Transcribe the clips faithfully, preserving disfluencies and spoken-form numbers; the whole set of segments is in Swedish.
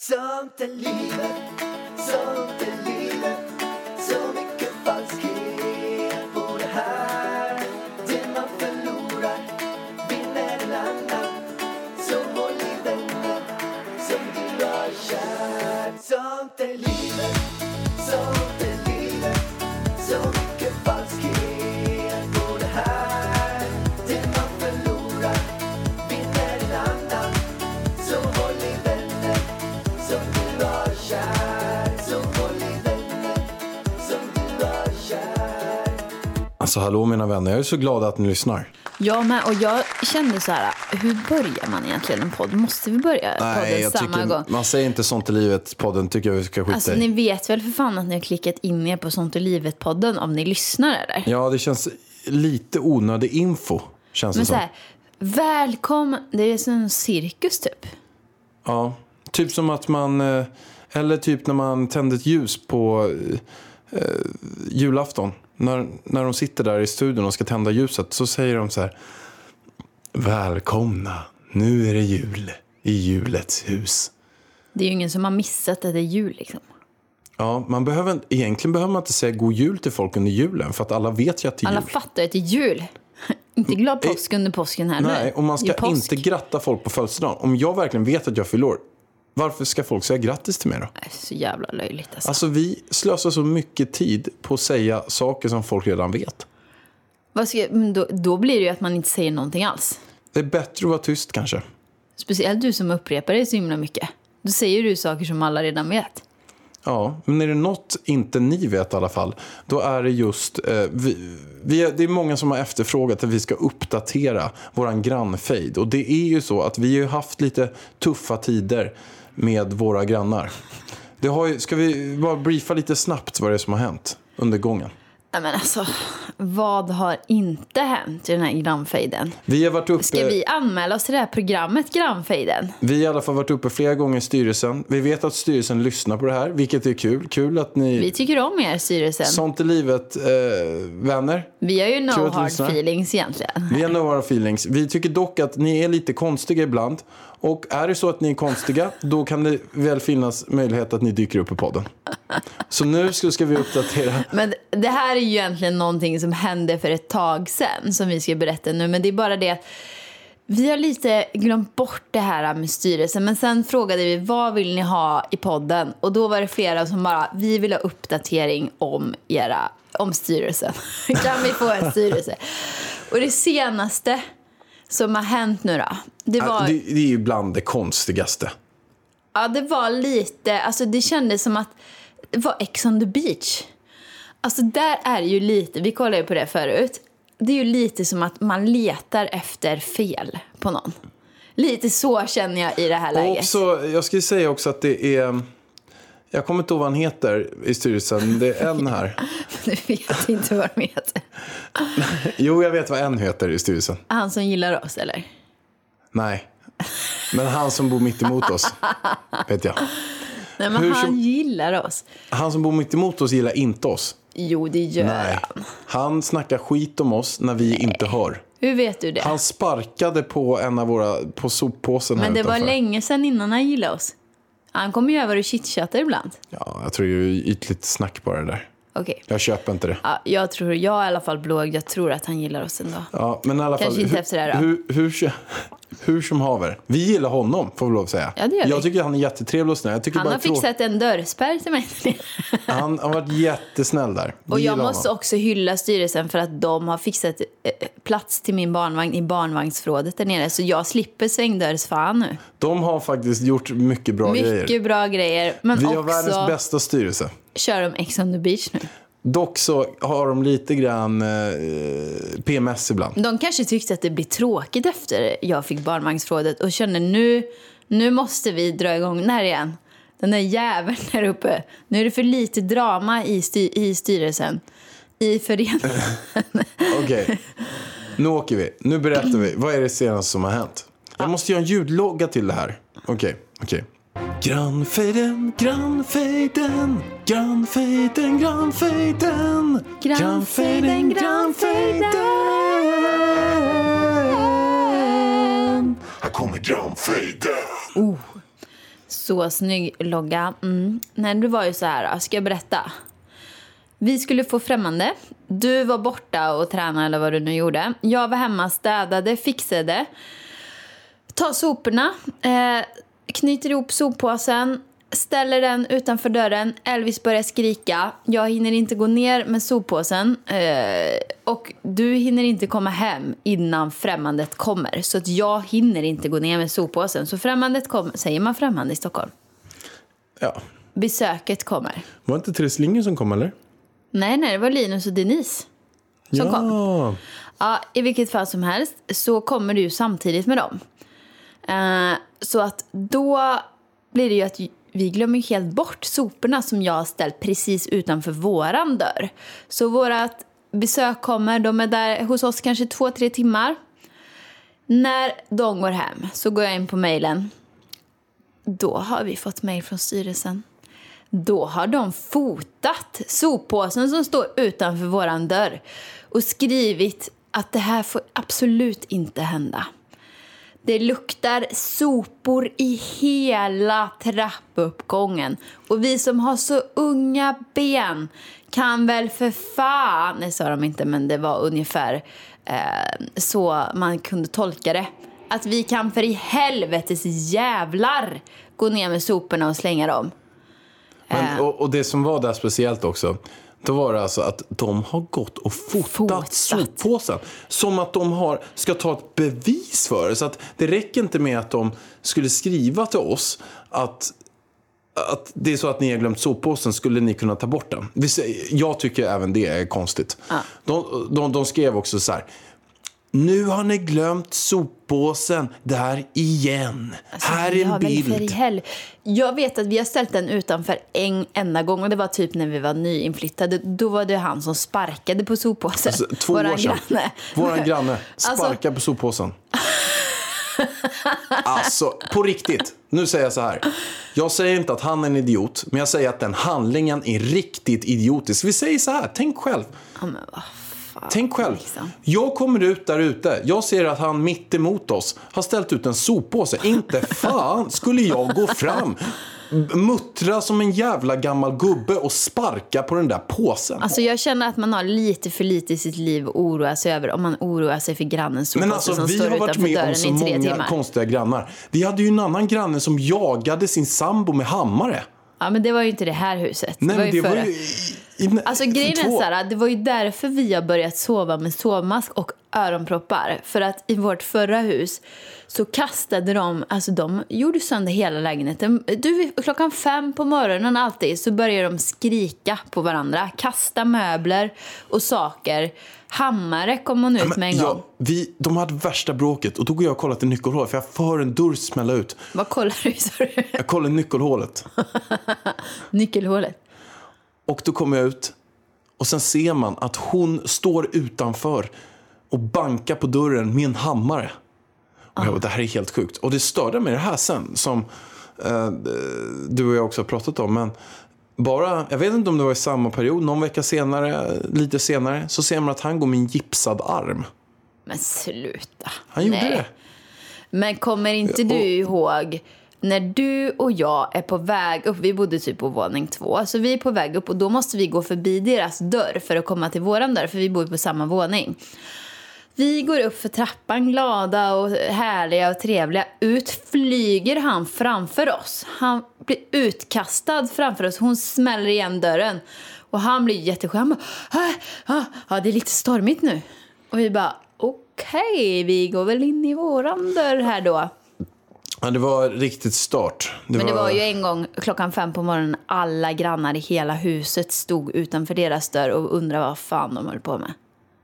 Sånt är livet, sånt är livet. Så mycket falskhet på det här. Det man förlorar vinner en annan. Så håll i vänner som du har kär. Sånt är livet, sånt är livet. Så mycket falskhet på det här. Det man förlorar vinner en annan. Så håll i vänner som du har kär. Så håll i vänner som du har kär. Alltså hallå mina vänner, jag är så glad att ni lyssnar. Ja, men och jag kände så här, hur börjar man egentligen en podd? Måste vi börja Nej, podden jag samma tycker, gång? man säger inte sånt i livet, podden tycker jag vi ska skita Alltså i. ni vet väl för fan att ni har klickat in er på Sånt i livet-podden om ni lyssnar eller? Ja, det känns lite onödig info, känns Men det så som. här, välkommen, det är som en cirkus typ. Ja, typ som att man, eh, eller typ när man tänder ett ljus på eh, julafton. När, när de sitter där i studion och ska tända ljuset så säger de så här: välkomna, nu är det jul i julets hus. Det är ju ingen som har missat att det är jul liksom. Ja, man behöver, egentligen behöver man inte säga god jul till folk under julen för att alla vet ju att det är Alla jul. fattar att det är jul. Inte glad påsk under påsken heller. Nej, och man Det är ska påsk. inte gratta folk på födelsedagen. Om jag verkligen vet att jag fyller år, varför ska folk säga grattis till mig då? Det är så jävla löjligt alltså. Alltså vi slösar så mycket tid på att säga saker som folk redan vet. Vad ska, men då, då blir det ju att man inte säger någonting alls. Det är bättre att vara tyst kanske. Speciellt du som upprepar det så himla mycket. Då säger du saker som alla redan vet. Ja, men är det något inte ni vet i alla fall, då är det just, eh, vi, vi är, det är många som har efterfrågat att vi ska uppdatera våran grannfejd. Och det är ju så att vi har ju haft lite tuffa tider med våra grannar. Det har ju, ska vi bara briefa lite snabbt vad det är som har hänt under gången? Nej men alltså, vad har inte hänt i den här grannfejden? Vi har varit uppe, Ska vi anmäla oss till det här programmet grannfejden? vi har i alla fall varit uppe flera gånger i styrelsen. Vi vet att styrelsen lyssnar på det här, vilket är kul. Kul att ni... Vi tycker om er styrelsen. Sånt i livet, eh, vänner. Vi har ju no Kul att hard lyssna. feelings egentligen. Vi har no hard feelings. Vi tycker dock att ni är lite konstiga ibland. Och är det så att ni är konstiga, då kan det väl finnas möjlighet att ni dyker upp i podden. Så nu ska, ska vi uppdatera. Men det här är ju egentligen någonting som hände för ett tag sedan som vi ska berätta nu. Men det är bara det att vi har lite glömt bort det här med styrelsen. Men sen frågade vi, vad vill ni ha i podden? Och då var det flera som bara, vi vill ha uppdatering om era, om styrelsen. Kan vi få en styrelse? Och det senaste som har hänt nu då, det var... Det, det är ju bland det konstigaste. Ja, det var lite, alltså det kändes som att det var Ex on the beach. Alltså där är ju lite, vi kollade ju på det förut. Det är ju lite som att man letar efter fel på någon. Lite så känner jag i det här läget. Och så, jag ska säga också att det är, jag kommer inte ihåg vad han heter i styrelsen. Det är en här. Du vet inte vad de heter. Jo, jag vet vad en heter i styrelsen. Han som gillar oss, eller? Nej, men han som bor mitt emot oss, vet jag. Nej, men Hur han som- gillar oss. Han som bor mitt emot oss gillar inte oss. Jo, det gör Nej, han. han snackar skit om oss när vi inte hör. Hur vet du det? Han sparkade på en av våra, på soppåsen här Men det var utanför. länge sedan innan han gillade oss. Han kommer ju över och chitchattar ibland. Ja, jag tror det är ytligt snack på det där. Okej. Jag köper inte det. Ja, jag tror, jag är i alla fall blåg. Jag tror att han gillar oss ändå. Ja, men i alla Kanske fall, inte hur, efter det här då. hur, hur, hur som haver. Vi gillar honom, får vi lov att säga. Ja, det gör vi. Jag tycker han är jättetrevlig och snäll. Jag tycker Han bara har trå- fixat en dörrspärr till mig. Han har varit jättesnäll där. Vi Och jag gillar måste honom. också hylla styrelsen för att de har fixat eh, plats till min barnvagn i barnvagnsförrådet där nere. Så jag slipper svängdörrsfan nu. De har faktiskt gjort mycket bra grejer. Mycket bra grejer. Men Vi har också världens bästa styrelse. kör de Ex on the beach nu. Dock så har de lite grann eh, P M S ibland. De kanske tyckte att det blir tråkigt efter jag fick barnvagnsförrådet och kände nu, nu måste vi dra igång den här igen. Den där jäveln där uppe. Nu är det för lite drama i, styr- i styrelsen. I föreningen. Okej, nu åker vi. Nu berättar vi. Vad är det senaste som har hänt? Jag måste göra en ljudlogga till det här. Okej, okej. Grannfejden, grannfejden, grannfejden, grannfejden, Grannfejden, grannfejden. Här kommer grannfejden. Oh. Så snygg logga. Mm. Nej, det var ju så här, ska jag berätta? Vi skulle få främmande. Du var borta och tränade eller vad du nu gjorde. Jag var hemma, städade, fixade. Ta soporna, eh, knyter ihop soppåsen, ställer den utanför dörren. Elvis börjar skrika. Jag hinner inte gå ner med soppåsen. Eh, och du hinner inte komma hem innan främmandet kommer. Så att jag hinner inte gå ner med soppåsen. Så främmandet kommer. Säger man främmande i Stockholm? Ja. Besöket kommer. Var det inte Therese Lindgren som kom, eller? Nej, nej, det var Linus och Denise som ja. kom. Ja, i vilket fall som helst så kommer du samtidigt med dem. Eh, så att då blir det ju att vi glömmer helt bort soporna som jag har ställt precis utanför våran dörr. Så vårat besök kommer, de är där hos oss kanske två, tre timmar. När de går hem så går jag in på mejlen. Då har vi fått mejl från styrelsen. Då har de fotat soppåsen som står utanför våran dörr och skrivit att det här får absolut inte hända. Det luktar sopor i hela trappuppgången. Och vi som har så unga ben kan väl för fan... Nej, sa de inte, men det var ungefär eh, så man kunde tolka det. Att vi kan för i helvetes jävlar gå ner med soporna och slänga dem. Men, och, och det som var där speciellt också, då var det alltså att de har gått och fotat, fotat. soppåsen. Som att de har, ska ta ett bevis för det. Så att det räcker inte med att de skulle skriva till oss att, att det är så att ni har glömt soppåsen, skulle ni kunna ta bort den. Jag tycker även det är konstigt. Ja. De, de, de skrev också så här: nu har ni glömt soppåsen där igen. Alltså, här är en bild. Jag vet att vi har ställt den utanför en enda gång. Och det var typ när vi var nyinflyttade. Då var det han som sparkade på soppåsen. Alltså, två Våran år sedan. Granne. Våran granne sparkade alltså... på soppåsen. Alltså, på riktigt. Nu säger jag så här. Jag säger inte att han är en idiot. Men jag säger att den handlingen är riktigt idiotisk. Vi säger så här, tänk själv. Ja, men vad Tänk själv, liksom. Jag kommer ut där ute. Jag ser att han mitt emot oss har ställt ut en soppåse. Inte fan skulle jag gå fram, muttra som en jävla gammal gubbe och sparka på den där påsen. Alltså jag känner att man har lite för lite i sitt liv att oroa sig över om man oroar sig för grannens soppåse. Men alltså, som vi står har varit med om så många timmar. konstiga grannar. Vi hade ju en annan granne som jagade sin sambo med hammare. Ja, men det var ju inte det här huset. Nej, det var ju det förra. var ju i, alltså grejen är så här, det var ju därför vi har börjat sova med sovmask och öronproppar. För att i vårt förra hus så kastade de, alltså de gjorde sönder hela lägenheten. Du, klockan fem på morgonen alltid så börjar de skrika på varandra. Kasta möbler och saker. Hammare kom hon ut ja, men, med en gång. Ja, vi, de hade värsta bråket och då går jag och kollar till nyckelhålet för jag får en dörr smälla ut. Vad kollar du, sa du? Jag kollar nyckelhålet. Nyckelhålet. Och då kommer jag ut och sen ser man att hon står utanför och bankar på dörren med en hammare. Och jag bara, det här är helt sjukt. Och det störde mig det här sen som eh, du och jag också har pratat om. Men bara, jag vet inte om det var i samma period, någon vecka senare, lite senare, så ser man att han går med en gipsad arm. Men sluta. Han gjorde Nej. det. Men kommer inte du ihåg när du och jag är på väg upp, vi bodde typ på våning två, så vi är på väg upp och då måste vi gå förbi deras dörr för att komma till våran dörr, för vi bor på samma våning. Vi går upp för trappan glada och härliga och trevliga. Ut flyger han framför oss. Han blir utkastad framför oss. Hon smäller igen dörren. Och han blir jätteskön. Ja, det är lite stormigt nu. Och vi bara, okej, okay, vi går väl in i våran dörr här då. Ja, det var riktigt start. Det Men det var... var ju en gång klockan fem på morgonen. Alla grannar i hela huset stod utanför deras dörr och undrade vad fan de höll på med.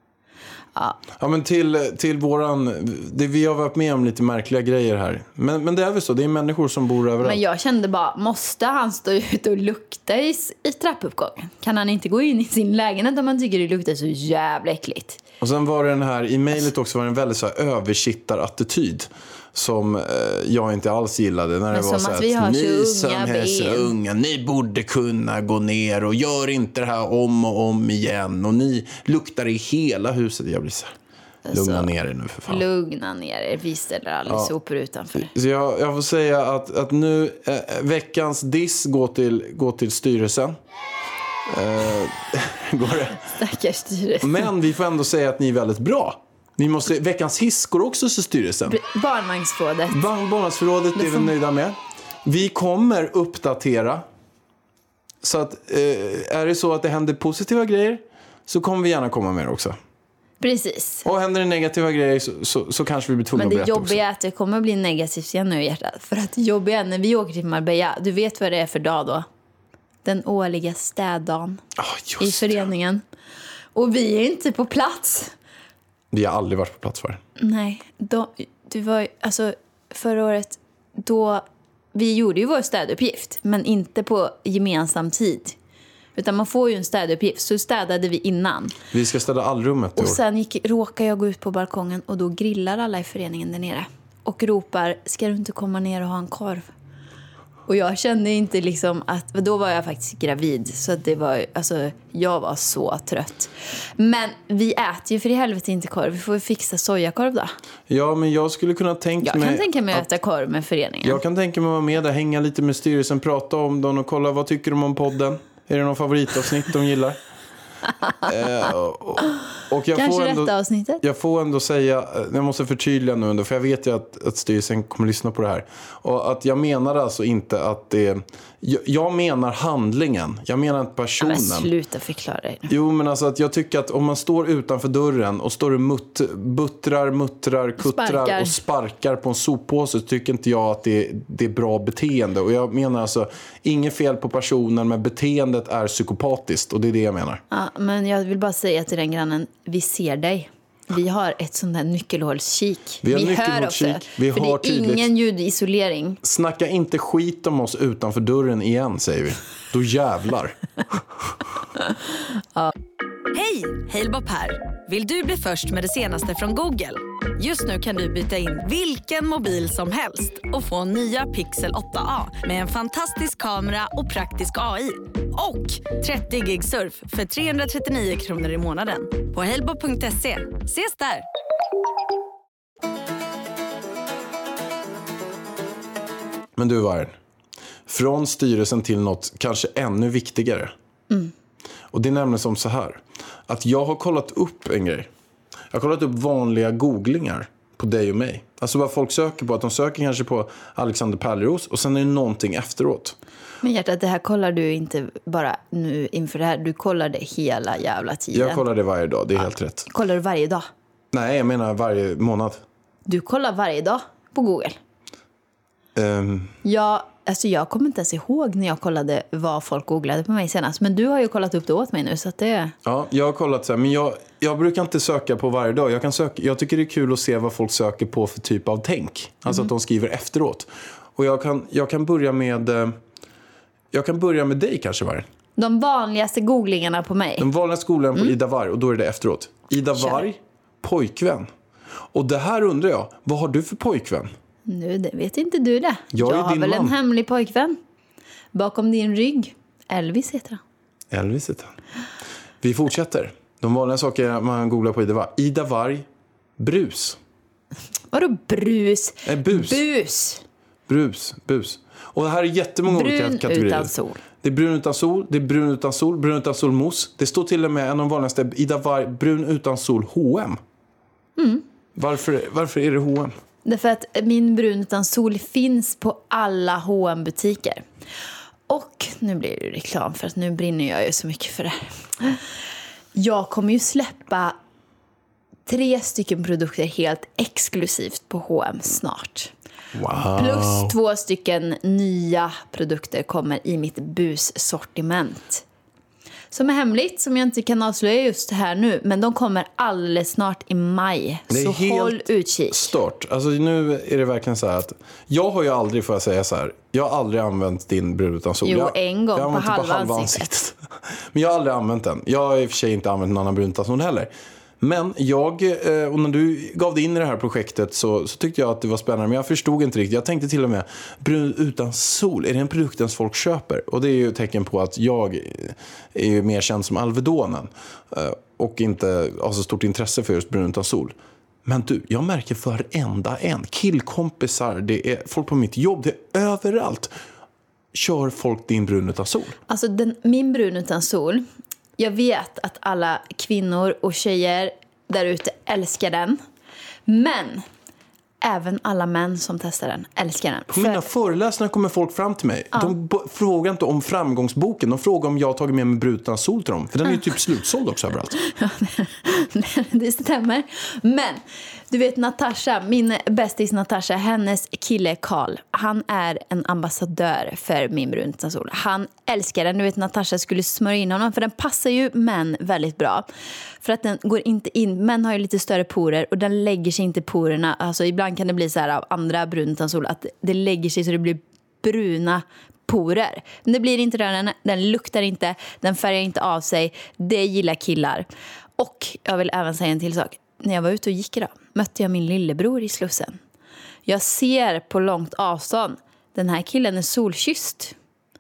Ja. Ja, men till, till våran det, vi har varit med om lite märkliga grejer här. Men, men det är väl så, det är människor som bor överallt. Men jag kände bara, måste han stå ute och lukta i, i trappuppgången? Kan han inte gå in i sin lägenhet om man tycker det luktar så jävla äckligt? Och sen var det den här, i mejlet också var det en väldigt så här översittarattityd som eh, jag inte alls gillade. När men det var som så att att vi har ni så som unga är så ben. unga, ni borde kunna gå ner och gör inte det här om och om igen. Och ni luktar i hela huset. Jag blir så här, Lugna Så, ner er nu för fan. Lugna ner er. Vi ställer aldrig Ja. sopor utanför. Så jag, jag får säga att, att nu eh, veckans diss går till, går till styrelsen. Eh, går det? Stackars styrelsen. Men vi får ändå säga att ni är väldigt bra. Ni måste, veckans hiss går också till styrelsen. Barnvagnsrådet. Barn- Barnvagnsförrådet är vi nöjda med. Vi kommer uppdatera. Så att eh, är det så att det händer positiva grejer så kommer vi gärna komma med det också. Precis. Och händer det negativa grejer så, så, så kanske vi blir tvungna Men att det berätta också. jobbiga är att det kommer att bli negativt igen nu i hjärtat. För att det jobbiga är när vi åker till Marbella. Du vet vad det är för dag då? Den årliga städdagen Ah, i just det. föreningen. Och vi är inte på plats. Vi har aldrig varit på plats för det. Nej, då, du var, alltså, förra året då vi gjorde ju vår städuppgift, men inte på gemensam tid. Utan man får ju en städuppgift, så städade vi innan. Vi ska städa allrummet i år. Och sen gick, råkade jag gå ut på balkongen och då grillar alla i föreningen där nere. Och ropar, ska du inte komma ner och ha en korv? Och jag kände inte liksom att, då var jag faktiskt gravid. Så att det var, alltså, jag var så trött. Men vi äter ju för i helvete inte korv. Vi får fixa sojakorv då. Ja, men jag skulle kunna tänka Jag mig... kan tänka mig att att, äta korv med föreningen. jag kan tänka mig att vara med där, hänga lite med styrelsen, prata om dem och kolla vad tycker de om podden. Är det någon favoritavsnitt de gillar? eh, och, och jag Kanske får ändå, detta avsnittet. Jag får ändå säga, jag måste förtydliga nu ändå, för jag vet ju att, att styrelsen kommer lyssna på det här. Och att jag menar alltså inte att det... Jag, jag menar handlingen, jag menar inte personen. Ja, men sluta förklara dig nu. Jo, men alltså att jag tycker att om man står utanför dörren och står och mutt, buttrar, muttrar, kuttrar Sparkar. och sparkar på en soppåse, så tycker inte jag att det, det är bra beteende. Och jag menar alltså, inget fel på personen, men beteendet är psykopatiskt, och det är det jag menar. Ja, men jag vill bara säga till den grannen, vi ser dig. Vi har ett sånt där nyckelhålskik. Vi har hör nyckelhålskik. också. Vi för har det är tydligt- ingen ljudisolering. Snacka inte skit om oss utanför dörren igen, säger vi. Då jävlar. Hej, Halebop här. Vill du bli först med det senaste från Google? Just nu kan du byta in vilken mobil som helst och få nya Pixel åtta A med en fantastisk kamera och praktisk A I. Och trettio gig surf för trehundratrettionio kronor i månaden på halebop punkt se. Ses där! Men du, Varn, från styrelsen till något kanske ännu viktigare. Mm. Och det är nämligen som så här, att jag har kollat upp en grej. Jag har kollat upp vanliga googlingar på dig och mig. Alltså vad folk söker på, att de söker kanske på Alexander Pärleros och sen är det någonting efteråt. Men hjärtat, det här kollar du inte bara nu inför det här. Du kollar det hela jävla tiden. Jag kollar det varje dag, det är helt rätt. Kollar du varje dag? Nej, jag menar varje månad. Du kollar varje dag på Google. Um, Jag, alltså jag kommer inte ens ihåg när jag kollade vad folk googlade på mig senast. Men du har ju kollat upp det åt mig nu, så att det... ja, jag har kollat så här, men jag, jag brukar inte söka på varje dag. Jag, kan söka, jag tycker det är kul att se vad folk söker på för typ av tänk. Alltså Mm. att de skriver efteråt. Och jag kan, jag kan börja med... eh, Jag kan börja med dig kanske, Varg. De vanligaste googlingarna på mig. Den vanliga skolan på Ida Varg, och då är det efteråt. Ida Kör. Varg, pojkvän. Och det här undrar jag, vad har du för pojkvän? Nu, det vet inte du det. Jag är har din väl en man. hemlig pojkvän. Bakom din rygg. Elvis heter han. Elvis heter han. Vi fortsätter. De vanliga saker man googlar på Ida Varg. Ida Varg, brus. Vadå brus? Eh, bus. Bus. Brus, bus. Och det här är jättemånga olika Brun kategorier. utan sol. Det är brun utan sol, det är brun utan sol, brun utan sol mousse. Det står till och med en av de vanligaste, Ida Varg, brun utan sol H och M. Mm. Varför, varför är det H och M? Därför att min brun utan sol finns på alla H och M-butiker. Och nu blir det reklam, för att nu brinner jag ju så mycket för det. Jag kommer ju släppa tre stycken produkter helt exklusivt på H och M snart. Wow. Plus två stycken nya produkter kommer i mitt bussortiment. Som är hemligt, som jag inte kan avslöja just här nu. Men de kommer alldeles snart i maj. Det är Så helt håll utkik. stört. Alltså nu är det verkligen så här att jag har ju aldrig, får jag säga så här, jag har aldrig använt din brun utan sol. Jo, jag, en gång jag har på använt det halva ansiktet. Men jag har aldrig använt den. Jag har i och för sig inte använt en annan brun utan sol heller. Men jag, och när du gav dig in i det här projektet så, så tyckte jag att det var spännande. Men jag förstod inte riktigt. Jag tänkte till och med, brun utan sol, är det en produkt som folk köper? Och det är ju ett tecken på att jag är ju mer känd som Alvedonen. och inte har så stort intresse för just brun utan sol. Men du, jag märker varenda en. Killkompisar, det är folk på mitt jobb, det är överallt. Kör folk din brun utan sol? Alltså den, min brun utan sol, jag vet att alla kvinnor och tjejer där ute älskar den. Men även alla män som testar den älskar den. På mina föreläsningar kommer folk fram till mig. Ja. De b- frågar inte om framgångsboken. De frågar om jag har tagit med mig brun utan sol till dem. För den är ju typ slutsåld också överallt. Ja, det stämmer. Men du vet Natasha, min bästis Natasha, hennes kille Karl, han är en ambassadör för min brun utan sol. Han älskar den. Du vet Natasha skulle smörja in honom, för den passar ju män väldigt bra. För att den går inte in, män har ju lite större porer och den lägger sig inte i porerna. Alltså ibland kan det bli så här av andra brun utan sol att det lägger sig så det blir bruna porer. Men det blir inte den, den luktar inte, den färgar inte av sig. Det gillar killar. Och jag vill även säga en till sak. När jag var ute och gick idag mötte jag min lillebror i Slussen. Jag ser på långt avstånd, den här killen är solkysst.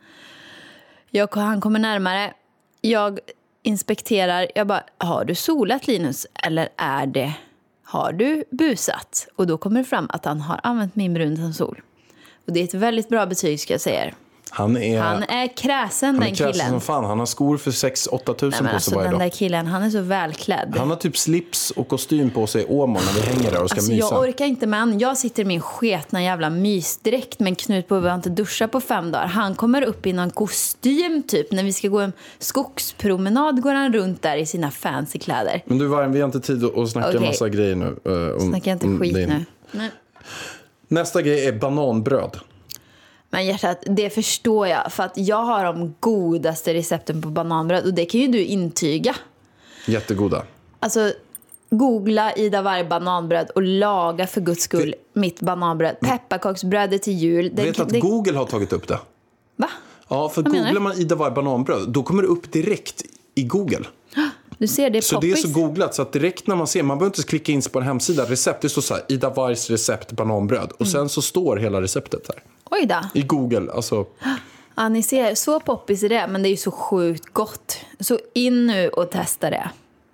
Jag, han kommer närmare. Jag inspekterar. Jag bara, har du solat Linus? Eller är det, har du busat? Och då kommer det fram att han har använt min brun utan sol. Och det är ett väldigt bra betyg ska jag säga. Han är, han är kräsen, han är den kräsen killen. Som fan. Han har skor för sex till åtta tusen på alltså, sig varje den dag. där killen, han är så välklädd. Han har typ slips och kostym på sig i Åmål när vi hänger där och ska alltså, mysa. Jag orkar inte med han. Jag sitter i min sketna jävla mysdräkt med en knut på huvudet och inte duscha på fem dagar. Han kommer upp i någon kostym typ. När vi ska gå en skogspromenad går han runt där i sina fancy kläder. Men du Vargen, vi har inte tid att snacka okay. massa grejer nu. Uh, om, Snacka inte skit din... nu. Nej. Nästa grej är bananbröd. Men hjärtat, det förstår jag. För att jag har de godaste recepten på bananbröd. Och det kan ju du intyga. Jättegoda. Alltså, googla Ida Warg bananbröd och laga för guds skull det... mitt bananbröd. Pepparkaksbrödet till jul. Du vet att det... Google har tagit upp det? Va? Ja, för Vad googlar man Ida Warg bananbröd, då kommer det upp direkt i Google. Du ser det så poppis. Det är så googlat så att direkt när man ser, man behöver inte klicka in på en hemsida, recept, det står så här, Ida Wargs recept bananbröd. Och mm. sen så står hela receptet här. Oj då. I Google, alltså. Ja, ni ser, så poppis är det, men det är ju så sjukt gott. Så in nu och testa det.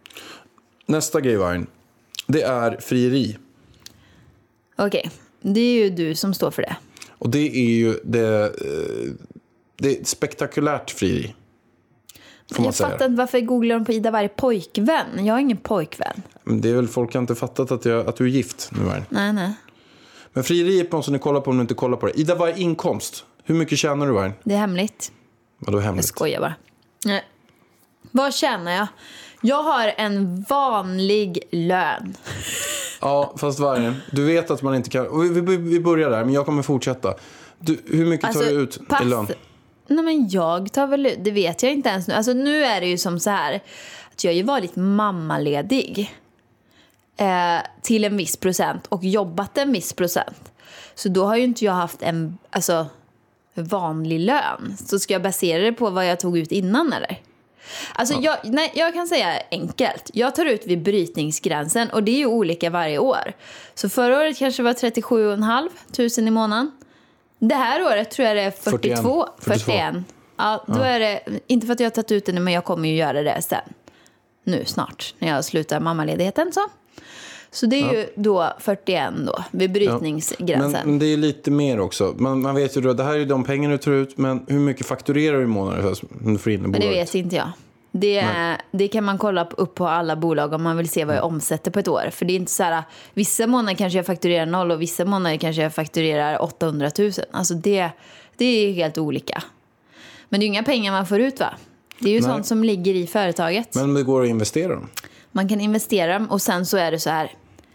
Nästa grej, Vargen, det är frieri. Okej, okay. Det är ju du som står för det. Och det är ju det, det är spektakulärt frieri. Jag fattar inte varför googlar de på Ida Warg pojkvän. Jag har ingen pojkvän. Men det är väl, folk har inte fattat att, jag, att du är gift nu, Vargen. Nej, nej. Men frieri är på något som ni kollar på om du inte kollar på det. Ida Warg inkomst. Hur mycket tjänar du, Vargen? Det är hemligt. Vadå hemligt? Jag skojar bara. Nej. Vad tjänar jag? Jag har en vanlig lön. Ja, fast Vargen, du vet att man inte kan... Vi, vi, vi börjar där, men jag kommer fortsätta. Du, hur mycket alltså, tar du ut pass... i lön? Nej, men jag tar väl ut... Det vet jag inte ens nu. Alltså nu är det ju som så här... Att jag har ju varit mammaledig. Eh, till en viss procent. Och jobbat en viss procent. Så då har ju inte jag haft en... Alltså... vanlig lön. Så ska jag basera det på vad jag tog ut innan eller? Alltså ja. jag, nej, jag kan säga enkelt. Jag tar ut vid brytningsgränsen och det är ju olika varje år. Så förra året kanske var trettiosju komma fem tusen i månaden. Det här året tror jag det är fyrtiotvå. fyrtioen. Ja, då ja. Är det, inte för att jag har tagit ut det nu, men jag kommer ju göra det sen. Nu snart, när jag slutar mammaledigheten så. Så det är ja. Ju då fyrtioen då, vid brytningsgränsen. Ja. Men, men det är lite mer också. Man, man vet ju då, det här är ju de pengarna du tar ut, men hur mycket fakturerar du i månaden om du får in i bolaget? Men det vet inte jag. Det, det kan man kolla upp på alla bolag om man vill se vad jag omsätter på ett år. För det är inte så här, vissa månader kanske jag fakturerar noll och vissa månader kanske jag fakturerar åttahundratusen. Alltså det, det är helt olika. Men det är ju inga pengar man får ut va? Det är ju Nej. Sånt som ligger i företaget. Men det går att investera dem. Man kan investera dem och sen så är det så här.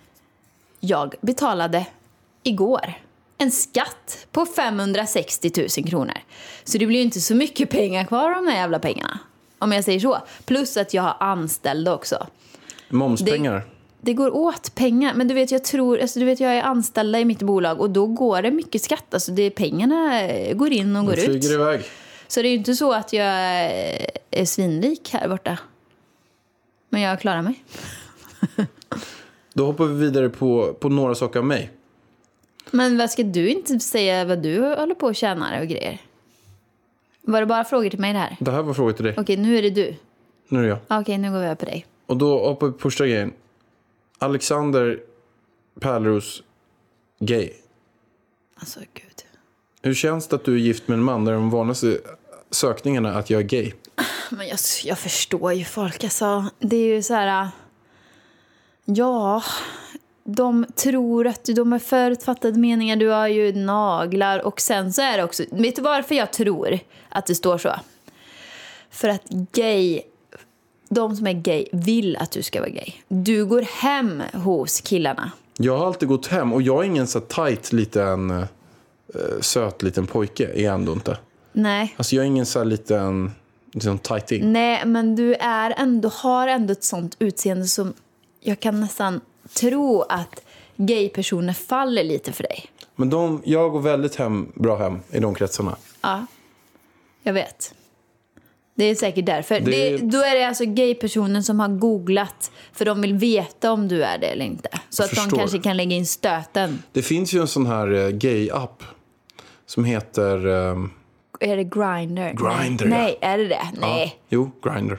Jag betalade igår en skatt på femhundrasextio tusen kronor. Så det blir ju inte så mycket pengar kvar av de här jävla pengarna. Om jag säger så. Plus att jag har anställda också. Momspengar. Det, det går åt pengar. Men du vet, jag tror, alltså, du vet, jag är anställda i mitt bolag. Och då går det mycket skatt. Alltså det, pengarna går in och går ut. Flyger iväg. Så det är ju inte så att jag är svinrik här borta. Men jag klarar mig. Då hoppar vi vidare på, på några saker av mig. Men vad ska du inte säga vad du håller på att tjäna och grejer? Var det bara frågor till mig det här? Det här var frågor till dig. Okej, nu är det du. Nu är det jag. Okej, nu går vi över på dig. Och då hoppar vi på första grejen. Alexander Pärleros gay. Alltså gud. Hur känns det att du är gift med en man där de vanligaste sökningarna är att jag är gay? Men jag, jag förstår ju folk. Alltså, det är ju så här... Ja, de tror att du, de har förutfattade meningar. Du har ju naglar. Och sen så är det också... Vet du varför jag tror att det står så? För att gay... De som är gay vill att du ska vara gay. Du går hem hos killarna. Jag har alltid gått hem. Och jag är ingen så tight liten... Uh, söt liten pojke. Är jag ändå inte. Nej. Alltså jag är ingen så här liten... Liksom tighting. Nej, men du är ändå, har ändå ett sånt utseende som... Jag kan nästan tro att gay-personer faller lite för dig. Men de, jag går väldigt hem, bra hem i de kretsarna. Ja, jag vet. Det är säkert därför. Det... Det, då är det alltså gay-personer som har googlat för de vill veta om du är det eller inte. Så jag att förstår. de kanske kan lägga in stöten. Det finns ju en sån här uh, gay-app som heter... Um... Är det Grindr? Grindr, Nej, ja. är det det? Nej. Ja, jo, Grindr.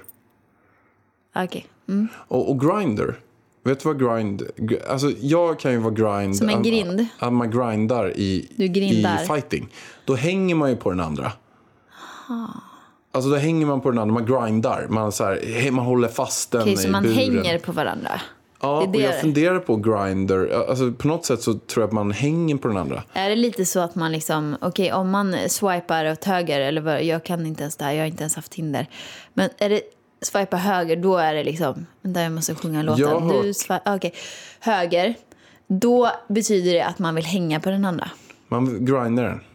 Okej. Okay. Mm. Och, och Grindr, vet du vad grind... Alltså jag kan ju vara grind... Som en grind? Att man grindar i, du grindar. i fighting. Då hänger man ju på den andra. Aha. Alltså då hänger man på den andra, man grindar. Man, så här, man håller fast den okay, i så man buren. hänger på varandra? Ja, det är det och jag funderar på Grindr. Alltså på något sätt så tror jag att man hänger på den andra. Är det lite så att man liksom, okej okay, om man swipar åt höger eller vad, jag kan inte ens det här, jag har inte ens haft Tinder. Men är det swipa höger, då är det liksom, vänta jag måste sjunga en låt. Jag har du swipa, okej, okay. Höger, då betyder det att man vill hänga på den andra. Man grindar den.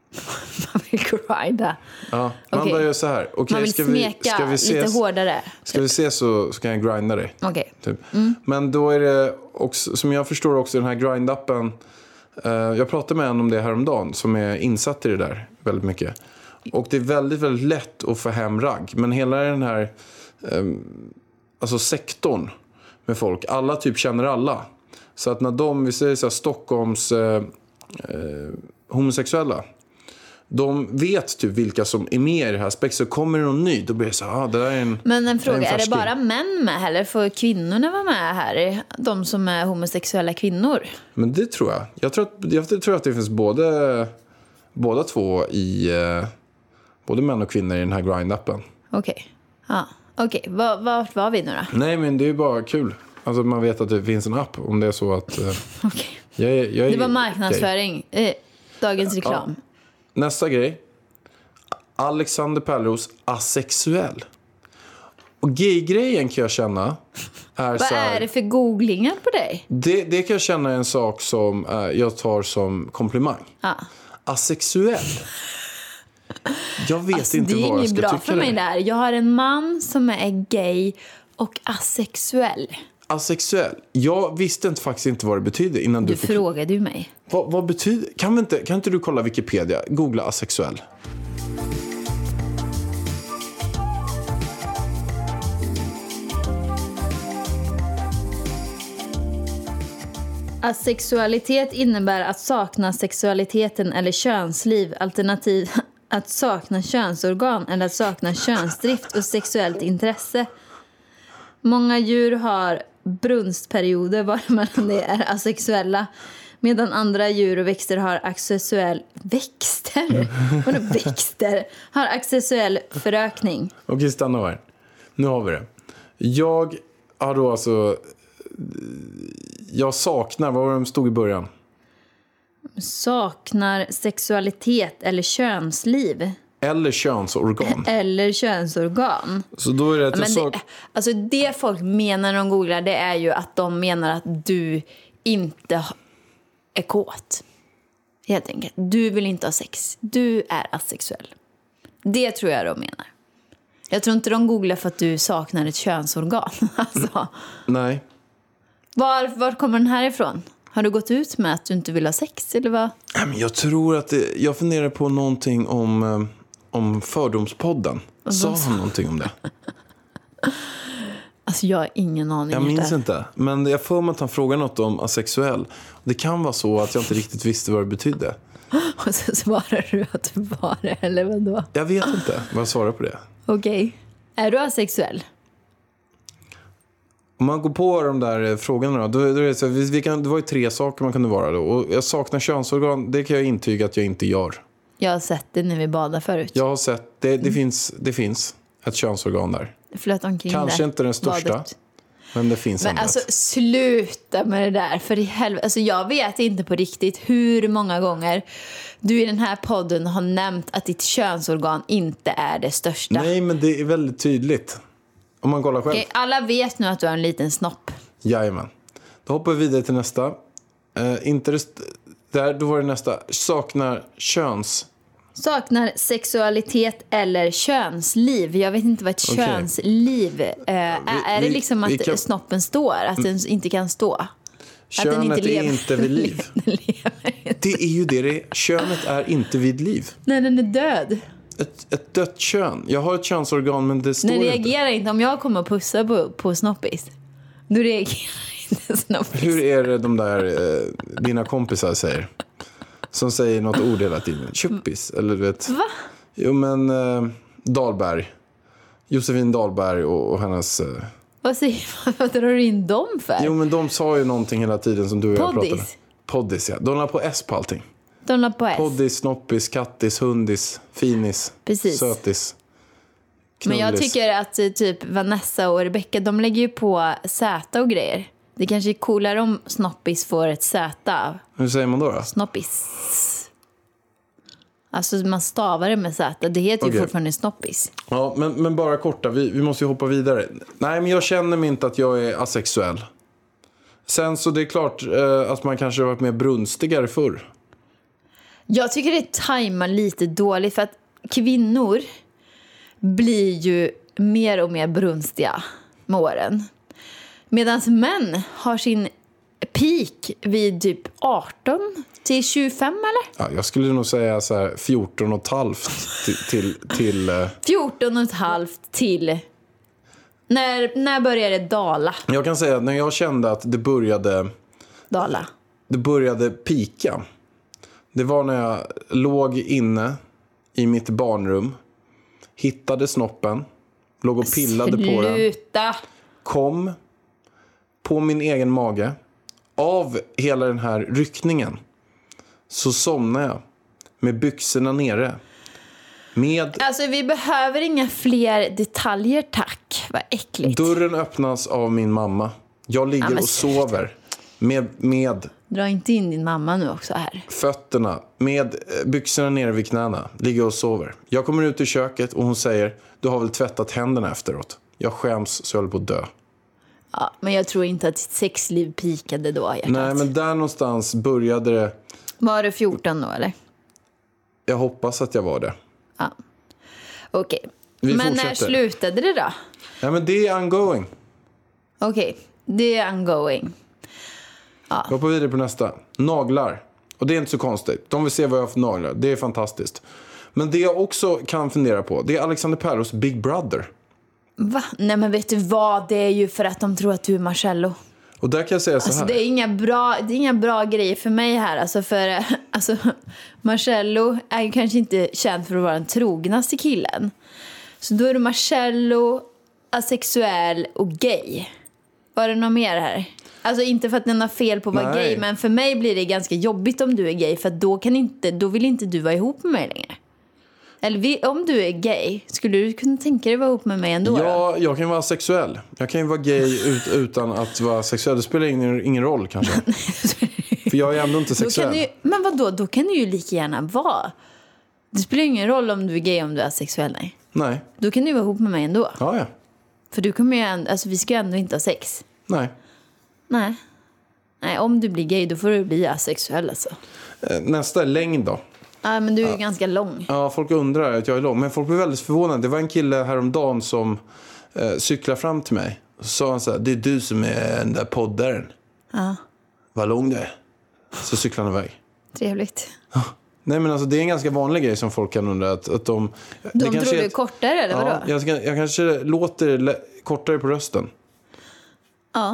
Man vill grinda. Ja, man okay. börjar så här. Okay, man vill ska smeka vi, ska vi ses, lite hårdare. Ska vi se så, så kan jag grinda dig. Okej. Okay. Typ. Mm. Men då är det också, som jag förstår också den här grindappen. Uh, jag pratade med en om det häromdagen som är insatt i det där väldigt mycket. Och det är väldigt, väldigt lätt att få hem ragg. Men hela den här um, alltså sektorn med folk. Alla typ känner alla. Så att när de, vi säger så här, Stockholms uh, uh, homosexuella. De vet typ vilka som är med i det här spex. Så kommer det någon ny, då blir det så här, ah, det där är en... Men en fråga, är, en är det bara män med eller får kvinnorna vara med här? De som är homosexuella kvinnor? Men det tror jag. Jag tror att, jag tror att det finns både, båda två i... Eh, både män och kvinnor i den här grind-appen. Okej. Okay. Ja. Okej, okay. Vart var, var vi nu då? Nej, men det är bara kul. Alltså man vet att det finns en app om det är så att... Eh, Okej. Okay. Jag, jag, det var marknadsföring. Eh, dagens reklam. Ja. Nästa grej. Alexander Pärleros asexuell. Och gay-grejen kan jag känna är vad så här, är det för googlingar på dig? Det, det kan jag känna är en sak som eh, jag tar som komplimang. Ja. Asexuell. Jag vet alltså, inte vad jag ska tycka. Det är inget bra för mig där. Jag har en man som är gay och asexuell. Asexuell. Jag visste inte, faktiskt inte vad det betyder innan du, du fick... frågade ju mig. Vad, vad betyder... Kan, inte, kan inte du kolla Wikipedia? Googla asexuell. Asexualitet innebär att sakna sexualiteten eller könsliv, alternativ att sakna könsorgan eller att sakna könsdrift och sexuellt intresse. Många djur har brunstperioder varemellan de är asexuella, medan andra djur och växter har asexuell växter. Vadå växter? Har asexuell förökning. Okej, stanna här. Nu har vi det. Jag har då alltså jag saknar, vad var det de stod i början? Saknar sexualitet eller könsliv. Eller könsorgan. Eller könsorgan. Så då är det att Men sak... det, alltså det folk menar när de googlar, det är ju att de menar att du inte är kåt. Helt enkelt. Du vill inte ha sex. Du är asexuell. Det tror jag de menar. Jag tror inte de googlar för att du saknar ett könsorgan. Alltså. Nej. Var, var kommer den här ifrån? Har du gått ut med att du inte vill ha sex eller vad? Jag tror att det, jag funderar på någonting om, om Fördomspodden. Sa han någonting om det? Alltså jag har ingen aning. Jag minns inte. Men jag får mig att han frågar något om asexuell. Det kan vara så att jag inte riktigt visste vad det betydde. Och så svarar du att du var det, eller vadå? Jag vet inte vad jag svarar på det. Okej. Okay. Är du asexuell? Om man går på de där frågorna då, då är det så vi, vi kan, det var ju tre saker man kunde vara då. Och jag saknar könsorgan, det kan jag intyga att jag inte gör. Jag har sett det när vi badar förut. Jag har sett, det, det, mm. finns, det finns ett könsorgan där. Flöt omkring Kanske där. inte den största, badet. Men det finns Men alltså sluta med det där, för i helvete. Alltså jag vet inte på riktigt hur många gånger du i den här podden har nämnt att ditt könsorgan inte är det största. Nej, men det är väldigt tydligt. Om man kollar själv. Okej, alla vet nu att du har en liten snopp. Jajamän. Då hoppar vi vidare till nästa. Eh, inte det, där, då var det nästa. Saknar köns. Saknar sexualitet eller könsliv. Jag vet inte vad ett Okej. könsliv eh, är. vi- är det vi- liksom att vi kan- snoppen står? Att den inte kan stå? Att den Könet inte lever. är inte vid liv. Den lever inte. Det är ju det det är. Könet är inte vid liv. Nej, den är död. Ett, ett dött kön. Jag har ett könsorgan, men det står Den inte. reagerar inte. Om jag kommer och pussar på, på snoppis, då reagerar inte snoppis. Hur är det de där eh, dina kompisar säger? Som säger något ord hela tiden. Tjuppis, eller du vet. Va? Jo, men eh, Dahlberg. Josefin Dahlberg och, och hennes... Eh, Vad säger man? Vad drar du in dem för? jo, men de sa ju någonting hela tiden som du och jag Poddis. pratade. Poddis, ja. De la på S på allting. De la på S. Poddis, snoppis, kattis, hundis, finis, Precis. sötis. Men jag knullis. tycker att eh, typ Vanessa och Rebecca, de lägger ju på Z och grejer. Det kanske är coolare om snoppis får ett Z. Hur säger man då? då? Snoppis. Alltså man stavar det med Z. Det heter ju Okej. fortfarande snoppis. Ja, men, men bara korta. Vi, vi måste ju hoppa vidare. Nej, men jag känner mig inte att jag är asexuell. Sen så det är klart eh, att man kanske har varit mer brunstigare förr. Jag tycker det tajmar lite dåligt för att kvinnor blir ju mer och mer brunstiga med åren. Medan män har sin peak vid typ arton till tjugofem eller? Ja, jag skulle nog säga så här fjorton och ett halvt till... till, till eh, fjorton och ett halvt till... När, när började det dala? jag kan säga att när jag kände att det började, Dala. det började pika. Det var när jag låg inne i mitt barnrum. Hittade snoppen. Låg och pillade på den. Sluta! Kom på min egen mage. Av hela den här ryckningen så somnade jag med byxorna nere. Med Alltså vi behöver inga fler detaljer, tack. Vad äckligt. dörren öppnas av min mamma. Jag ligger Ja, men och sover med, med Dra inte in din mamma nu också här. fötterna, med eh, byxorna nere vid knäna. Ligger och sover. Jag kommer ut i köket och hon säger: du har väl tvättat händerna efteråt? Jag skäms så jag håller på att dö. Ja, men jag tror inte att ditt sexliv pikade då, hjärtat. Nej, men där någonstans började det. Var du fjorton då, eller? Jag hoppas att jag var det. Ja. Okej. Vi Men fortsätter. när slutade det då? Ja, men det är ongoing. Okej, det är ongoing. Jag hoppar vidare på nästa. Naglar. Och det är inte så konstigt. De vill se vad jag har för naglar. Det är fantastiskt. Men det jag också kan fundera på, det är Alexander Pärlos Big Brother. Va? Nej, men vet du vad? Det är ju för att de tror att du är Marcello. Och där kan jag säga så Alltså här. det är inga bra, det är inga bra grejer för mig här. Alltså för alltså, Marcello är ju kanske inte känd för att vara den trognaste killen. Så då är du Marcello, asexuell och gay. Var det något mer här? Alltså inte för att den har fel på att vara Nej. gay, men för mig blir det ganska jobbigt om du är gay, för att då kan inte, då vill inte du vara ihop med mig längre. Eller vi, om du är gay, skulle du kunna tänka dig vara ihop med mig ändå? Då? Ja, jag kan vara sexuell. Jag kan ju vara gay ut, utan att vara sexuell. Det spelar ingen, ingen roll kanske. För jag är ändå inte Då sexuell. kan du, men vadå, då kan du ju lika gärna vara. Det spelar ingen roll om du är gay om du är sexuell, nej. Nej. Då kan du vara ihop med mig ändå. Ja, ja. För du kommer ju ändå, alltså vi ska ju ändå inte ha sex. Nej. Nej. Nej, om du blir gay då får du bli asexuell alltså. Eh, Nästa är längd då. Ja, men du är ju ganska lång. Ja, folk undrar att jag är lång. Men folk blir väldigt förvånade. Det var en kille häromdagen som eh, cyklade fram till mig. Så sa han så här: det är du som är den där poddaren. Ja, Vad lång du är. Så cyklade han iväg. trevligt. Nej, men alltså det är en ganska vanlig grej som folk kan undra. Att, att de De det tror kanske du är ett- kortare, eller vadå? Ja, jag, ska, jag kanske låter le- kortare på rösten. Ja.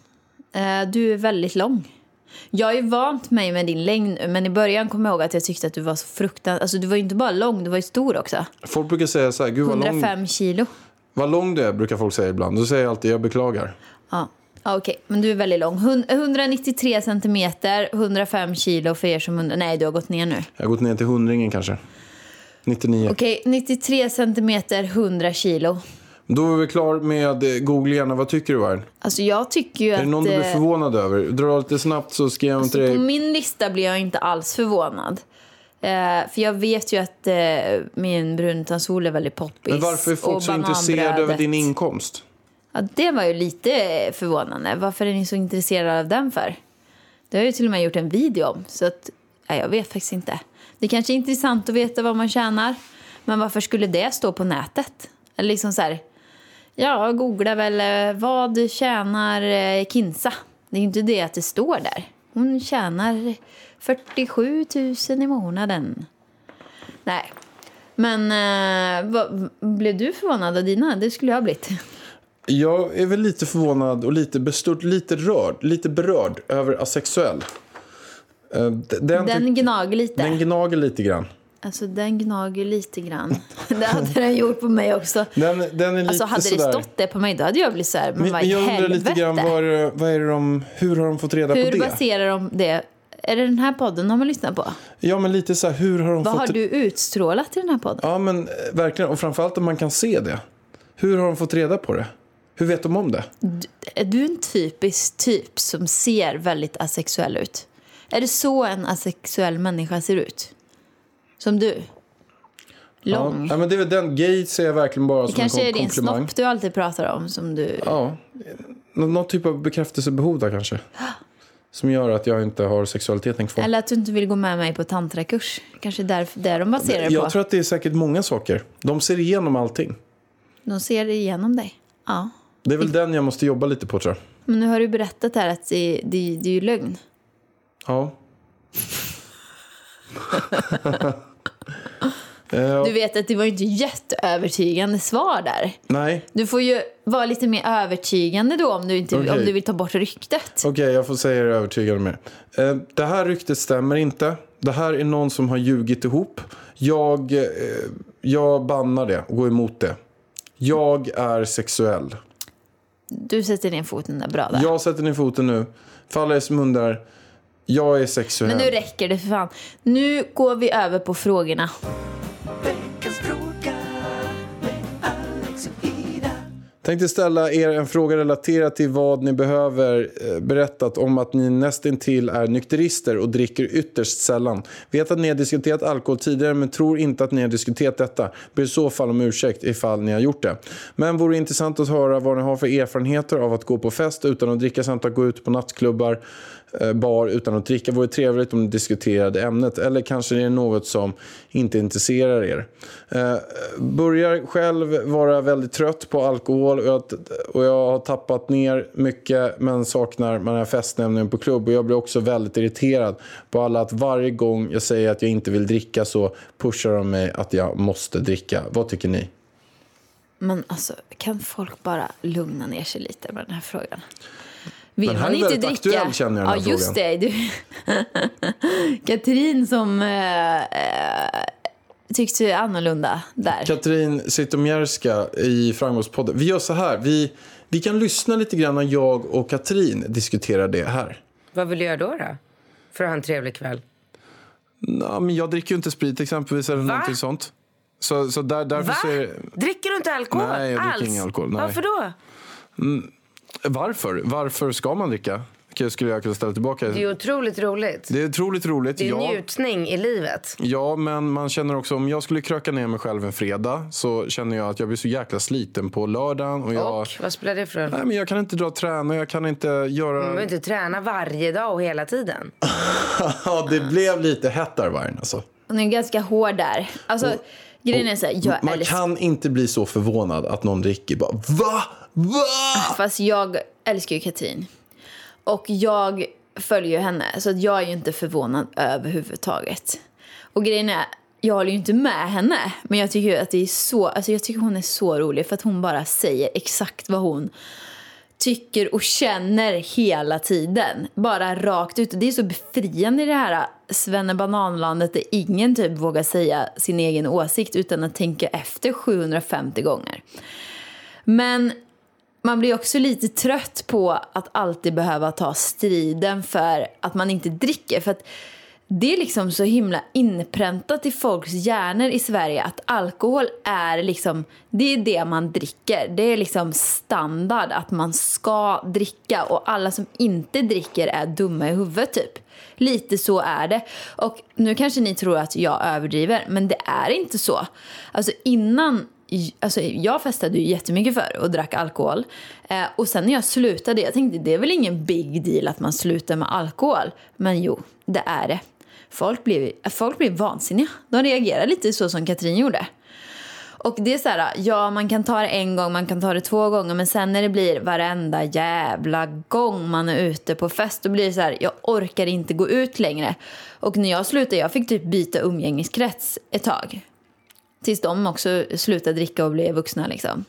Eh, du är väldigt lång. Jag har ju vant mig med din längd, men i början kom jag ihåg att jag tyckte att du var så fruktansvärt... Alltså du var ju inte bara lång, du var ju stor också. Folk brukar säga så här: gud vad lång, hundrafem kilo. vad lång du är, brukar folk säga ibland. Då säger jag alltid: jag beklagar. Ja, ja okej. Men du är väldigt lång. Hun- hundranittiotre centimeter, hundrafem kilo för er som undrar. Nej, du har gått ner nu. Jag har gått ner till hundringen kanske. nittionio. Okej, nittiotre centimeter, hundra kilo. Då är vi klar med googlingarna. Vad tycker du, Varn? Alltså jag tycker ju Är att... det någon du blir eh, förvånad över? Dra lite snabbt så skriver jag alltså, till dig. på min lista blir jag inte alls förvånad. Eh, för jag vet ju att eh, min brunutansol är väldigt poppis. Men varför är folk och så intresserade över bananbrödet. din inkomst? Ja, det var ju lite förvånande. Varför är ni så intresserade av den för? Det har jag ju till och med gjort en video om. Så att, nej, jag vet faktiskt inte. Det kanske är intressant att veta vad man tjänar. Men varför skulle det stå på nätet? Eller liksom så här... Ja, googla väl eh, vad tjänar eh, Kinsa. Det är ju inte det att det står där. Hon tjänar fyrtiosju tusen i månaden. Nej. Men eh, vad, blev du förvånad av dina? Det skulle jag ha blivit. Jag är väl lite förvånad och lite bestört, lite rörd, lite berörd över asexuell. Eh, d- Den, Den tyck- gnager lite. den gnager lite grann. Alltså den gnager lite grann. Det hade den gjort på mig också. Den, den är lite Alltså hade sådär. det stått det på mig då hade jag blivit så här, men Men, vad men i jag undrar helvete? lite grann, vad är, det- vad är det de, hur har de fått reda på Hur det? baserar de det? Är det den här podden de har lyssnat på? Ja, men lite så här, hur har de Vad fått... har du utstrålat i den här podden? Ja, men eh, verkligen. Och framförallt om man kan se det. Hur har de fått reda på det? Hur vet de om det? Är du en typisk typ som ser väldigt asexuell ut? Är det så en asexuell människa ser ut? Som du? Lång? Ja, men det är väl den. Gay ser jag verkligen bara det som en kanske kom- är din komplimang. snopp du alltid pratar om som du... Ja, Nå- någon typ av bekräftelsebehov där kanske. Som gör att jag inte har sexualiteten kvar. Eller att du inte vill gå med mig på tantrakurs. Kanske därför där de baserar det Jag på. tror att det är säkert många saker. De ser igenom allting. De ser igenom dig. Ja. Det är väl den jag måste jobba lite på, tror jag. Men nu har du berättat här att det, det, det är ju lögn. Ja. Eh, Du vet att det var ju inte jätteövertygande svar där. Nej, Du får ju vara lite mer övertygande då om du, inte, Okej. om du vill ta bort ryktet. okej, jag får säga det övertygande mer. Eh, det här ryktet stämmer inte. Det här är någon som har ljugit ihop. Jag, eh, jag bannar det och går emot det. Jag är sexuell. Du sätter ner foten där bra där. Jag sätter ner foten nu. För alla er som undrar, jag är sexuell. Men nu räcker det för fan. Nu går vi över på frågorna. Veckans fråga med Alex och Ida. Tänkte ställa er en fråga relaterad till vad ni behöver eh, berättat om att ni nästintill är nykterister och dricker ytterst sällan. Vet att ni har diskuterat alkohol tidigare men tror inte att ni har diskuterat detta. Ber i så fall om ursäkt ifall ni har gjort det. Men vore intressant att höra vad ni har för erfarenheter av att gå på fest utan att dricka samt att gå ut på nattklubbar, eh, bar utan att dricka. Vore trevligt om ni diskuterade ämnet. Eller kanske det är något som inte intresserar er. Eh, börjar själv vara väldigt trött på alkohol och jag, och jag har tappat ner mycket men saknar man här festnämningen på klubb. Och jag blir också väldigt irriterad på alla att varje gång jag säger att jag inte vill dricka så pushar de mig att jag måste dricka. Vad tycker ni? Men alltså, kan folk bara lugna ner sig lite med den här frågan? Vill Den här man är inte väldigt dricka... aktuell, känner jag, den här Ja, just frågan. det. Du... Katrin som äh, äh, tyckte annorlunda där. Katrin Zytomierska i Framgångspodden. Vi gör så här. Vi, vi kan lyssna lite grann när jag och Katrin diskuterar det här. Vad vill du göra då då? För att ha en trevlig kväll. Nå, men jag dricker ju inte sprit exempelvis eller Va? någonting sånt. Så, så där, därför Va? så är det... Dricker du inte alkohol Nej, jag dricker alls? ingen alkohol, nej. Varför då? Varför? Varför ska man dricka? Okej, skulle jag kunna ställa tillbaka. Det är otroligt roligt. Det är otroligt roligt. Det är ja. njutning i livet. Ja, men man känner också om jag skulle kröka ner mig själv en fredag så känner jag att jag blir så jäkla sliten på lördagen. Och, jag, Och vad spelar det för roll? nej, men jag kan inte dra och träna, jag kan inte göra... Man behöver inte träna varje dag och hela tiden. Ja, det blev lite hett där, Vargen, alltså. Hon är ganska hård där. Alltså, grejen är så här, jag Man älskar... kan inte bli så förvånad att någon dricker bara, va? Va? Fast jag älskar ju Katrin. Och jag följer ju henne. Så att jag är ju inte förvånad överhuvudtaget. Och grejen är, jag håller ju inte med henne. Men jag tycker att det är så... Alltså jag tycker hon är så rolig. För att hon bara säger exakt vad hon tycker och känner hela tiden. Bara rakt ut. Och det är så befriande i det här svennebananlandet. Där ingen typ vågar säga sin egen åsikt utan att tänka efter sjuhundrafemtio gånger. Men... man blir också lite trött på att alltid behöva ta striden för att man inte dricker. För att det är liksom så himla inpräntat i folks hjärnor i Sverige att alkohol är liksom, det är det man dricker. Det är liksom standard att man ska dricka, och alla som inte dricker är dumma i huvudet typ. Lite så är det. Och nu kanske ni tror att jag överdriver, men det är inte så. Alltså innan, alltså jag festade ju jättemycket förr och drack alkohol. Eh, och sen när jag slutade, jag tänkte det är väl ingen big deal att man slutar med alkohol. Men jo, det är det. Folk blir, folk blir vansinniga. De reagerar lite så som Katrin gjorde. Och det är så här, ja man kan ta det en gång, man kan ta det två gånger. Men sen när det blir varenda jävla gång man är ute på fest, då blir det så här, jag orkar inte gå ut längre. Och när jag slutade, jag fick typ byta umgängeskrets ett tag. Tills de också slutade dricka och blev vuxna liksom.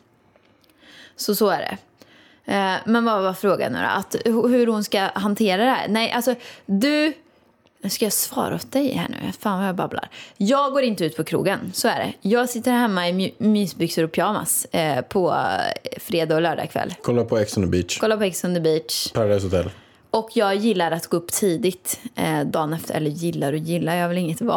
Så så är det. Eh, men vad var frågan nu då? Att, hur hon ska hantera det här? Nej, alltså du... Nu ska jag svara åt dig här nu. Fan vad jag babblar. Jag går inte ut på krogen, så är det. Jag sitter hemma i my- mysbyxor och pyjamas eh, på fredag och lördag kväll. Kolla på Ex on the Beach. Kolla på Ex on the Beach. Paradise Hotel. Och jag gillar att gå upp tidigt eh, dagen efter. Eller gillar och gillar, jag har väl inget val.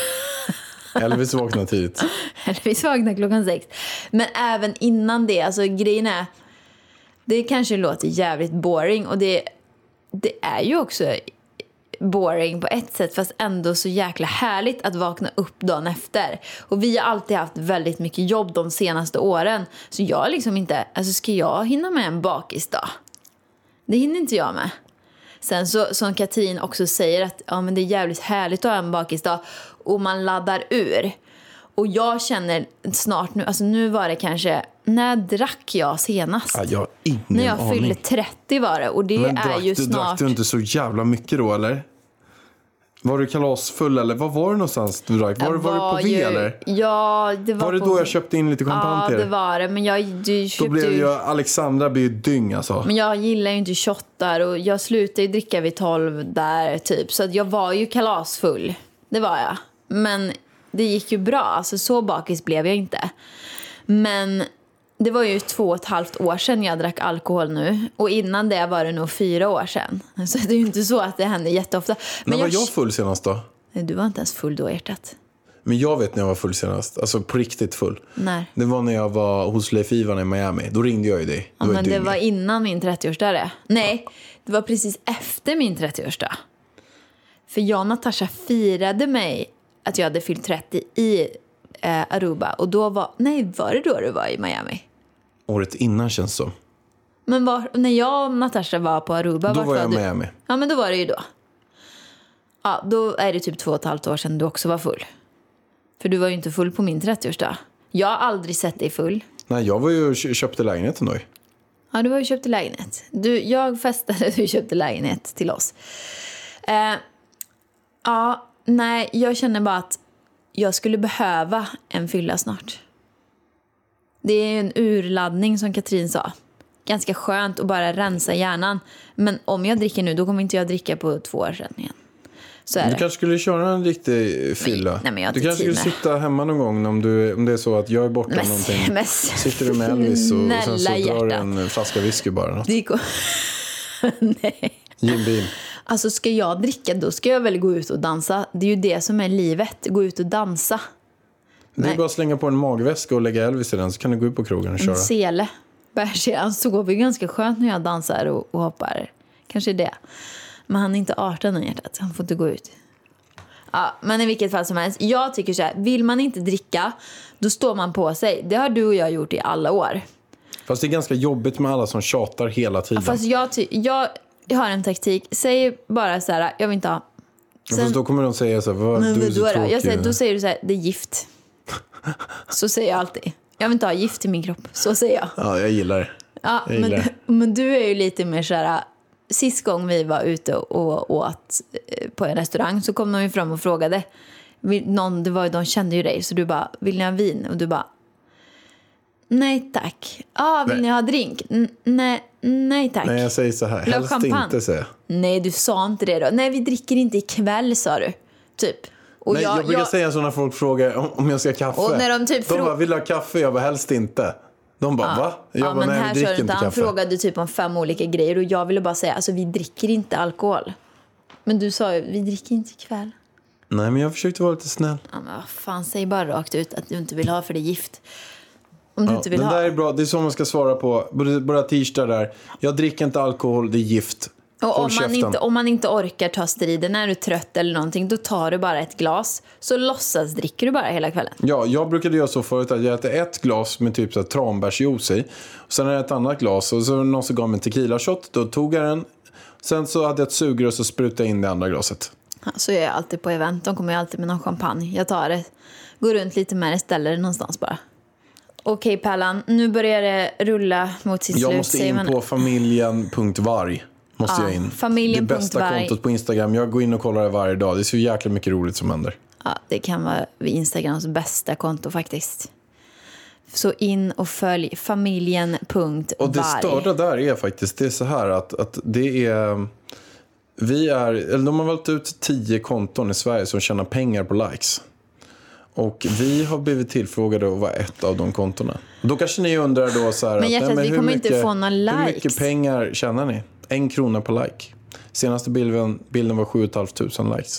Elvis vaknar tidigt. Elvis vaknar klockan sex. Men även innan det, alltså grejen är, det kanske låter jävligt boring. Och det, det är ju också boring på ett sätt, fast ändå så jäkla härligt att vakna upp dagen efter. Och vi har alltid haft väldigt mycket jobb de senaste åren. Så jag liksom inte, alltså ska jag hinna med en bakisdag? Det hinner inte jag med. Sen så, som Katrin också säger, att ja, men det är jävligt härligt att ha en bakisdag. Och man laddar ur. Och jag känner snart nu, alltså nu var det kanske, när drack jag senast? Ja, jag har ingen när jag aning. fyllde trettio var det. Och det Men är drack, ju du, snart... drack du inte så jävla mycket då, eller? Var du kalasfull, eller var var du någonstans du drack? Var, var, var du på V, ju, eller? Ja, det var Var det på då jag köpte in lite champagne Ja, till det dig? var det. Men jag du köpte Då blev ju... jag, Alexandra blir ju dyng alltså. Men jag gillar ju inte shottar, och jag slutade ju dricka vid tolv där typ. Så att jag var ju kalasfull. Det var jag. Men det gick ju bra. Alltså så bakis blev jag inte. Men det var ju två och ett halvt år sedan jag drack alkohol nu. Och innan det var det nog fyra år sedan. Så det är ju inte så att det händer jätteofta. Men När var jag full senast då? Du var inte ens full då, hjärtat. Men jag vet när jag var full senast. Alltså på riktigt full. När? Det var när jag var hos Leif Ivan i Miami. Då ringde jag ju dig. Ja, men det var innan min trettioårsdag det. Nej, det var precis efter min trettioårsdag. För jag och Natasha firade mig att jag hade fyllt trettio i eh, Aruba. Och då var... Nej, var det då du var i Miami? Året innan känns så. Men var, när jag och Natasha var på Aruba... Då vart var jag i du? Miami. Ja, men då var det ju då. Ja, då är det typ två och ett halvt år sedan du också var full. För du var ju inte full på min trettioårsdag. Jag har aldrig sett dig full. Nej, jag var ju köpte lägenheten då. Ja, du var ju köpt lägenhet. Du, jag festade, du köpte lägenhet till oss. Eh, ja, nej, jag känner bara att jag skulle behöva en fylla snart. Det är en urladdning som Katrin sa. Ganska skönt att bara rensa hjärnan. Men om jag dricker nu, då kommer inte jag dricka på två år sedan igen. Så är Du det. kanske skulle köra en riktig fylla. Nej, men jag har du inte kanske tid skulle med. sitta hemma någon gång om, du, om det är så att jag är borta Men- någonting. men- Sitter du med Elvis och, och sen så snälla drar du hjärtat. en flaska whisky bara. Något. Det går... Nej. Jim Beam. Alltså ska jag dricka, då ska jag väl gå ut och dansa. Det är ju det som är livet, gå ut och dansa. Det är Nej. bara att slänga på en magväska och lägga Elvis i den, så kan du gå ut på krogen och köra. En sele. Bärse, han sover ju ganska skönt när jag dansar och, och hoppar. Kanske det. Men han är inte arton i hjärtat, han får inte gå ut. Ja, men i vilket fall som helst. Jag tycker så här, vill man inte dricka, då står man på sig. Det har du och jag gjort i alla år. Fast det är ganska jobbigt med alla som tjatar hela tiden. Fast jag, ty- jag, jag har en taktik. Säg bara så här, jag vill inte ha. Sen, Fast då kommer de säga så här, vad, Men du är så då, tråkig. jag säger, då säger du så här, det är gift. Så säger jag alltid. Jag vill inte ha gift i min kropp. Så säger jag. Ja, jag gillar det. Ja, Jag gillar men, det. men du är ju lite mer så här. Sist gång vi var ute och åt på en restaurang så kom de ju fram och frågade. Någon, det var ju, de kände ju dig, så du bara, vill ni ha vin? Och du bara, nej tack. Ja, ah, vill Nej. ni ha drink? N- nej, nej tack. Nej, jag säger så här, Vill du ha helst champagne? inte säga. Nej, du sa inte det då. Nej, vi dricker inte ikväll, sa du. Typ. Och Nej, jag, jag, brukar jag, säga så när folk frågar om, om jag ska ha kaffe. Och när de typ de frå- bara, vill du ha kaffe? Jag bara, helst inte. De bara, Ja. va? Jag ja, bara, men nej, här vi kör dricker du inte Han kaffe. frågade typ om fem olika grejer och jag ville bara säga, alltså vi dricker inte alkohol. Men du sa ju, vi dricker inte ikväll. Nej, men jag försökte vara lite snäll. Ja, men vad fan, säg bara rakt ut att du inte vill ha för det är gift. Om du Ja, inte vill den ha. där är bra, det är så man ska svara på. Både, både tisdag där. Jag dricker inte alkohol, det är gift. Och Håll om man, käften. inte, om man inte orkar ta striden när du är trött eller någonting, då tar du bara ett glas. Så låtsas dricker du bara hela kvällen. Ja, jag brukade göra så förut att jag äter ett glas med typ så här tranbärsjuice i. Och sen är det ett annat glas och så var det någon som gav mig en tequila shot. Då tog jag den. Sen så hade jag ett sugrör och så sprutade jag in det andra glaset. Ja, så gör jag alltid på event. De kommer ju alltid med någon champagne. Jag tar det, går runt lite med det, ställer det någonstans bara. Okej, Pärlan, nu börjar det rulla mot sitt Jag slut. måste säger in man. på familjen punkt varg. Måste Ja, jag in. familjen Det punkt bästa varg. kontot på Instagram. Jag går in och kollar det varje dag. Det är så jäkla mycket roligt som händer. Ja, det kan vara Instagrams bästa konto faktiskt. Så in och följ familjen punkt varg. Och det störda där är faktiskt, det är så här att, att det är... Vi är, eller de har valt ut tio konton i Sverige som tjänar pengar på likes. Och vi har blivit tillfrågade att vara ett av de kontorna. Då kanske ni undrar då så här... Men att, hjärtat, nej, vi hur kommer inte mycket- få några Hur likes. mycket pengar tjänar ni? En krona på like. Senaste bilden, bilden var sju tusen femhundra likes.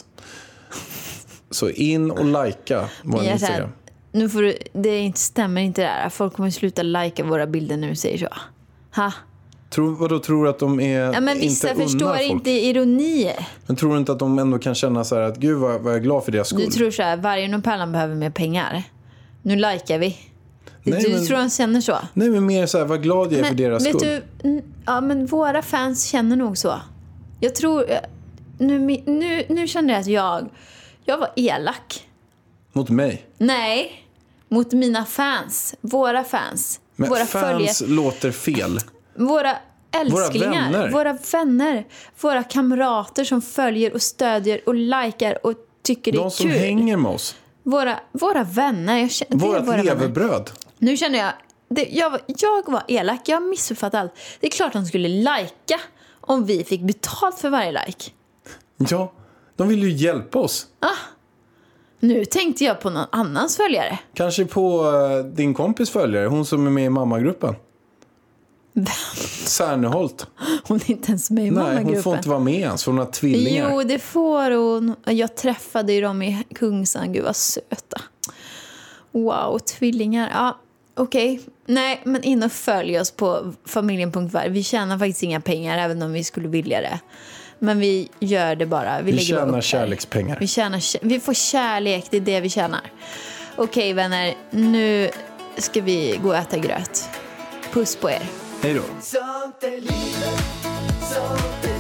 Så in och likea vår Jag Instagram. säger, nu får du, det inte, stämmer inte det där. Folk kommer sluta likea våra bilder nu, säger så. Ha? Tror, vadå, tror du att de är Ja, men vissa inte förstår unnar folk? inte ironier. Men tror du inte att de ändå kan känna så här att gud vad, vad jag är glad för deras skull? Du tror så här, Vargen och Pärlan behöver mer pengar. Nu likar vi. Nej, du men- tror de känner så? Nej, men mer så här, vad glad jag är för Men deras vet skull. du, n- ja, men våra fans känner nog så. Jag tror, nu, nu, nu kände jag att jag, jag var elak. Mot mig. Nej, mot mina fans. Våra fans. Men våra fans låter fel. Våra älsklingar. vänner. Våra vänner. Våra kamrater som följer och stödjer och likar och tycker det är De som kul. hänger med oss. Våra, våra vänner. Jag känner, det är Vårat våra vänner. levebröd. Nu känner jag, det, jag, var- jag var elak. Jag missuppfattade allt. Det är klart de skulle lajka om vi fick betalt för varje like. Ja, de vill ju hjälpa oss. Nu tänkte jag på någon annans följare. Kanske på eh, din kompis följare. Hon som är med i mammagruppen. Särneholt. Hon är inte ens med i Nej, mammagruppen. hon får inte vara med ens. För hon har tvillingar. Jo, det får hon. Jag träffade ju dem i Kungsan. Gud, vad söta. Wow, tvillingar. Ja, okej. Nej, men in och följ oss på familjen punkt varg. Vi tjänar faktiskt inga pengar, även om vi skulle vilja det. Men vi gör det bara. Vi, Vi lägger bara upp tjänar där. kärlekspengar. Vi, tjänar, kä- vi får kärlek, det är det vi tjänar. Okej, vänner. Nu ska vi gå och äta gröt. Puss på er. Hej då. Sånt är livet, sånt är